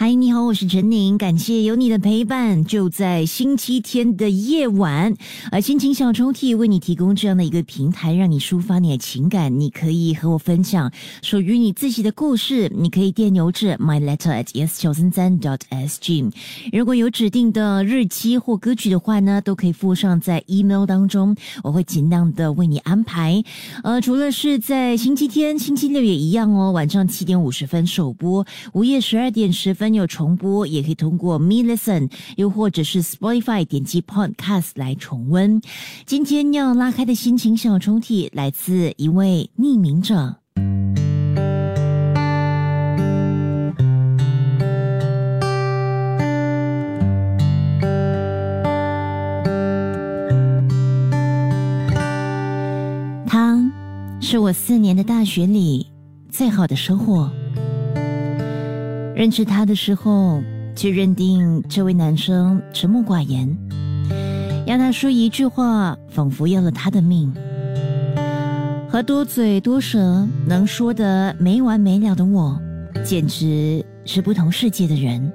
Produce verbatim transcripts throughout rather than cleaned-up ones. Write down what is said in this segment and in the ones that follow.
嗨，你好，我是陈宁，感谢有你的陪伴。就在星期天的夜晚，而心情小抽屉为你提供这样的一个平台，让你抒发你的情感。你可以和我分享属于你自己的故事，你可以电邮至 my letter at yes 九三三 dot s g。如果有指定的日期或歌曲的话呢，都可以附上在 email 当中，我会尽量的为你安排。呃，除了是在星期天、星期六也一样哦，晚上七点五十分首播，午夜十二点十分有重播，也可以通过 Me Listen 又或者是 Spotify 点击 Podcast 来重温。今天要拉开的心情小抽屉来自一位匿名者。他是我四年的大学里最好的收获。认识他的时候，就认定这位男生沉默寡言，要他说一句话，仿佛要了他的命。和多嘴多舌能说得没完没了的我，简直是不同世界的人。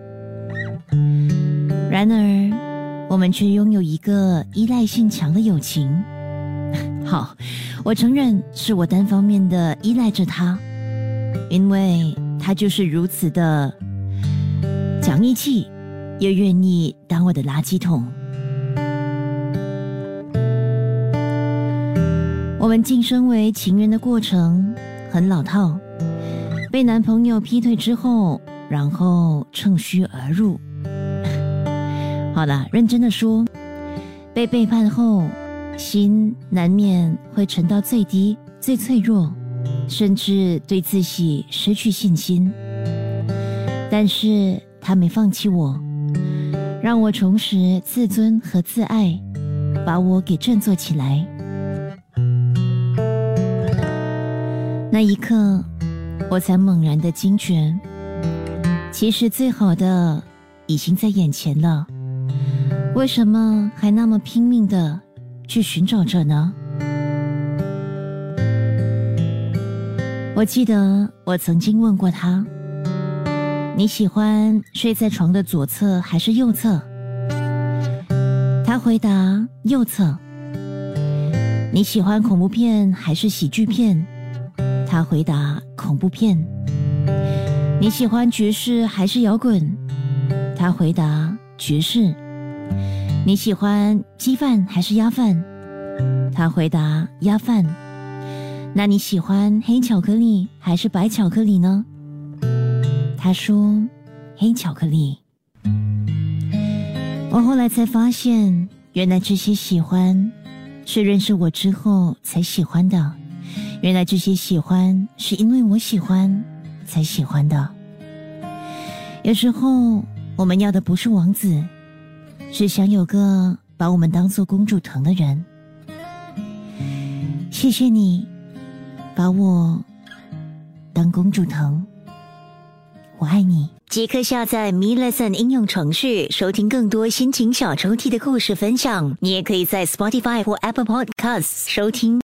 然而，我们却拥有一个依赖性强的友情。好，我承认是我单方面的依赖着他，因为他就是如此的讲义气，又愿意当我的垃圾桶。我们晋升为情人的过程很老套，被男朋友劈腿之后，然后趁虚而入。好了，认真的说，被背叛后，心难免会沉到最低、最脆弱，甚至对自己失去信心。但是他没放弃我，让我重拾自尊和自爱，把我给振作起来。那一刻，我才猛然的惊觉，其实最好的已经在眼前了，为什么还那么拼命的去寻找着呢？我记得我曾经问过他，你喜欢睡在床的左侧还是右侧？他回答右侧。你喜欢恐怖片还是喜剧片？他回答恐怖片。你喜欢爵士还是摇滚？他回答爵士。你喜欢鸡饭还是鸭饭？他回答鸭饭。那你喜欢黑巧克力还是白巧克力呢？他说黑巧克力。我后来才发现，原来这些喜欢是认识我之后才喜欢的，原来这些喜欢是因为我喜欢才喜欢的。有时候我们要的不是王子，只想有个把我们当作公主疼的人。谢谢你把我当公主疼，我爱你。即刻下载 Me Listen 应用程序，收听更多心情小抽屉的故事分享。你也可以在 Spotify 或 Apple Podcasts 收听。